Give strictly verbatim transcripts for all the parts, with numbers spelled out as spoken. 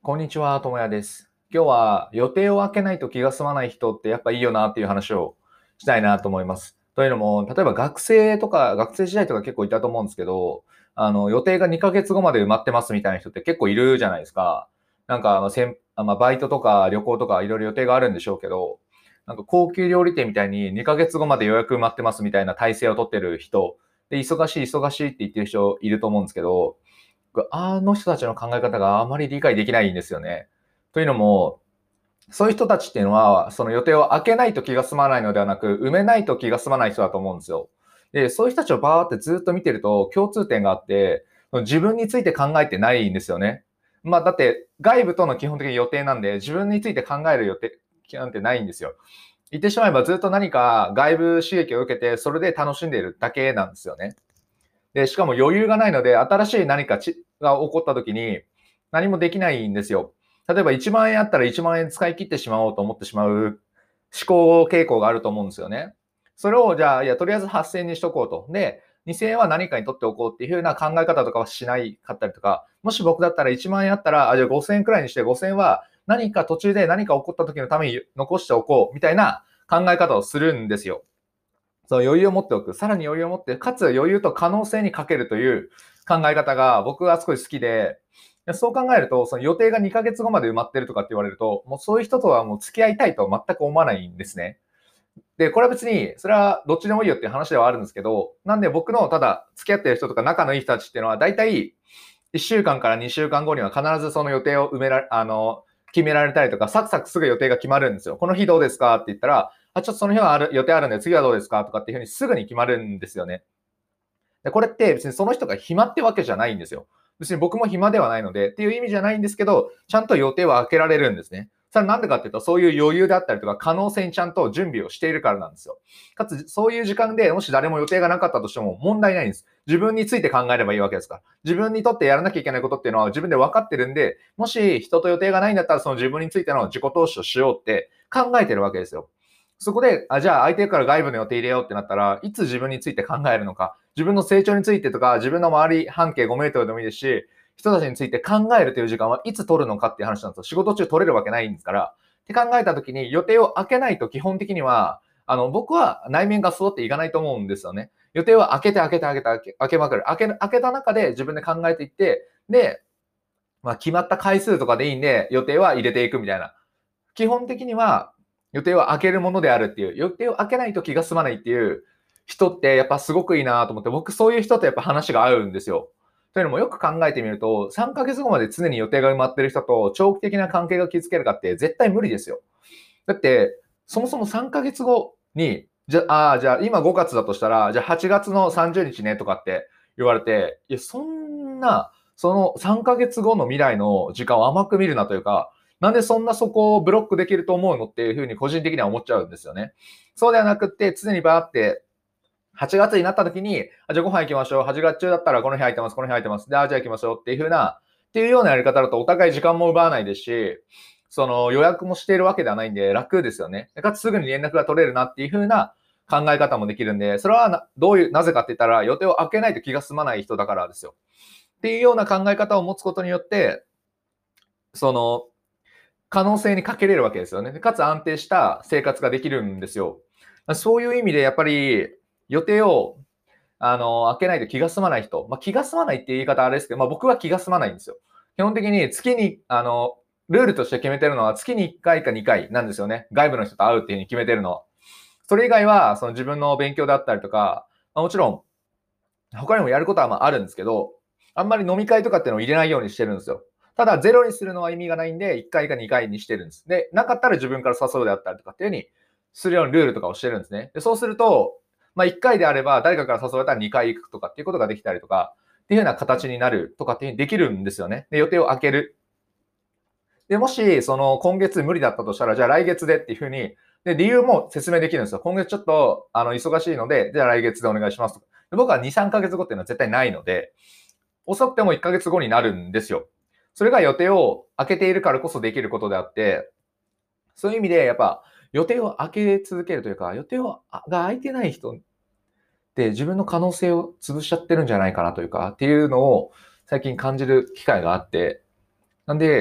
こんにちは、ともやです。今日は予定を空けないと気が済まない人ってやっぱいいよなっていう話をしたいなと思います。というのも、例えば学生とか、学生時代とか結構いたと思うんですけど、あの、予定がにかげつごまで埋まってますみたいな人って結構いるじゃないですか。なんか、まあ、せんあまあ、バイトとか旅行とかいろいろ予定があるんでしょうけど、なんか高級料理店みたいににかげつごまで予約埋まってますみたいな体制を取ってる人、で、忙しい忙しいって言ってる人いると思うんですけど、あの人たちの考え方があまり理解できないんですよね。というのも、そういう人たちっていうのは、その予定を空けないと気が済まないのではなく、埋めないと気が済まない人だと思うんですよ。で、そういう人たちをバーってずっと見てると共通点があって、自分について考えてないんですよね。まあ、だって外部との基本的に予定なんで、自分について考える予定なんてないんですよ。言ってしまえばずっと何か外部刺激を受けて、それで楽しんでいるだけなんですよね。で、しかも余裕がないので、新しい何かちが起こった時に何もできないんですよ。例えばいちまん円あったらいちまん円使い切ってしまおうと思ってしまう思考傾向があると思うんですよね。それをじゃあ、いや、とりあえずはっせんえんにしとこうと。で、にせんえんは何かに取っておこうっていう風な考え方とかはしないかったりとか、もし僕だったらいちまん円あったら、あ、じゃあごせんえんくらいにしてごせんえんは何か途中で何か起こった時のために残しておこうみたいな考え方をするんですよ。その余裕を持っておく。さらに余裕を持って、かつ余裕と可能性にかけるという考え方が僕はすごい好きで、そう考えると、その予定がにかげつごまで埋まってるとかって言われると、もうそういう人とはもう付き合いたいとは全く思わないんですね。で、これは別に、それはどっちでもいいよっていう話ではあるんですけど、なんで僕のただ付き合ってる人とか仲のいい人たちっていうのは、大体いっしゅうかんかんからにしゅうかんごには必ずその予定を埋められ、あの、決められたりとか、サクサクすぐ予定が決まるんですよ。この日どうですかって言ったら、あ、ちょっとその日はある予定あるんで、次はどうですかとかっていうふうにすぐに決まるんですよね。で、これって別にその人が暇ってわけじゃないんですよ。別に僕も暇ではないのでっていう意味じゃないんですけど、ちゃんと予定は開けられるんですね。それはなんでかっていうと、そういう余裕であったりとか、可能性にちゃんと準備をしているからなんですよ。かつ、そういう時間でもし誰も予定がなかったとしても問題ないんです。自分について考えればいいわけですから。自分にとってやらなきゃいけないことっていうのは自分で分かってるんで、もし人と予定がないんだったら、その自分についての自己投資をしようって考えてるわけですよ。そこで、あ、じゃあ相手から外部の予定入れようってなったら、いつ自分について考えるのか、自分の成長についてとか、自分の周り半径ごメートルでもいいですし、人たちについて考えるという時間はいつ取るのかっていう話なんですよ。仕事中取れるわけないんですから。って考えたときに予定を開けないと基本的には、あの、僕は内面が育っていかないと思うんですよね。予定を開けて開けて開けて開け開けまくる。開け、開けた中で自分で考えていって、で、まあ決まった回数とかでいいんで、予定は入れていくみたいな。基本的には予定を開けるものであるっていう、予定を開けないと気が済まないっていう人ってやっぱすごくいいなと思って、僕そういう人とやっぱ話が合うんですよ。というのもよく考えてみると、さんかげつごまで常に予定が埋まってる人と長期的な関係が築けるかって絶対無理ですよ。だって、そもそもさんかげつごに、じゃあ、あじゃあ今ごがつだとしたら、じゃあはちがつのさんじゅうにちねとかって言われて、いや、そんな、そのさんかげつごの未来の時間を甘く見るなというか、なんでそんなそこをブロックできると思うのっていうふうに個人的には思っちゃうんですよね。そうではなくって、常にバーって、はちがつになった時に、あじゃあご飯行きましょう。はちがつ中だったらこの日空いてます、この日空いてます。で、あ、じゃあ行きましょうっていうふうな、っていうようなやり方だとお互い時間も奪わないですし、その予約もしているわけではないんで楽ですよね。かつすぐに連絡が取れるなっていうふうな考え方もできるんで、それはなどういう、なぜかって言ったら予定を開けないと気が済まない人だからですよ。っていうような考え方を持つことによって、その可能性にかけれるわけですよね。かつ安定した生活ができるんですよ。そういう意味でやっぱり予定をあの開けないと気が済まない人、まあ、気が済まないっていう言い方あれですけど、まあ、僕は気が済まないんですよ。基本的に月に、あの、ルールとして決めてるのは月にいっかいかにかいなんですよね。外部の人と会うっていうふうに決めてるのは。それ以外は、その自分の勉強だったりとか、まあ、もちろん他にもやることはまああるんですけど、あんまり飲み会とかっていうのを入れないようにしてるんですよ。ただ、ゼロにするのは意味がないんで、いっかいかにかいにしてるんです。で、なかったら自分から誘うであったりとかっていうふうにするようにルールとかをしてるんですね。でそうすると、まあいっかいであれば誰かから誘われたらにかい行くとかっていうことができたりとか、っていうような形になるとかっていうふうにできるんですよね。で、予定を空ける。で、もし、その今月無理だったとしたら、じゃあ来月でっていうふうに、で、理由も説明できるんですよ。今月ちょっと、あの、忙しいので、じゃあ来月でお願いしますとか。で僕はに、さんかげつごっていうのは絶対ないので、遅くてもいっかげつごになるんですよ。それが予定を空けているからこそできることであって、そういう意味で、やっぱ、予定を空け続けるというか、予定をが空いてない人って自分の可能性を潰しちゃってるんじゃないかなというか、っていうのを最近感じる機会があって、なんで、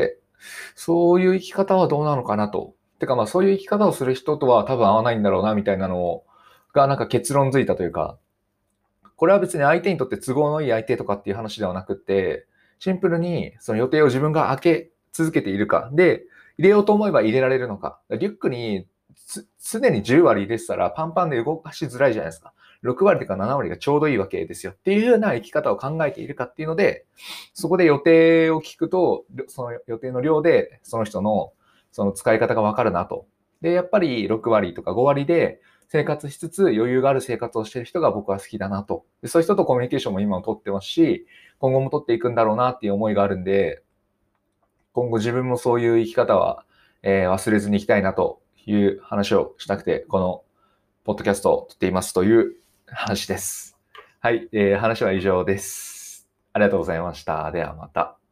そういう生き方はどうなのかなと。てかまあそういう生き方をする人とは多分合わないんだろうなみたいなのがなんか結論づいたというか、これは別に相手にとって都合のいい相手とかっていう話ではなくって、シンプルにその予定を自分が開け続けているか、で、入れようと思えば入れられるのか。リュックに常にじゅう割入れてたらパンパンで動かしづらいじゃないですか。ろく割とかなな割がちょうどいいわけですよ。っていうような生き方を考えているかっていうので、そこで予定を聞くと、その予定の量でその人のその使い方がわかるなと。で、やっぱりろく割とかご割で生活しつつ余裕がある生活をしている人が僕は好きだなと。でそういう人とコミュニケーションも今も取ってますし、今後も取っていくんだろうなっていう思いがあるんで、今後自分もそういう生き方は、えー忘れずにいきたいなという話をしたくて、このポッドキャストを撮っていますという話です。はい、えー話は以上です。ありがとうございました。ではまた。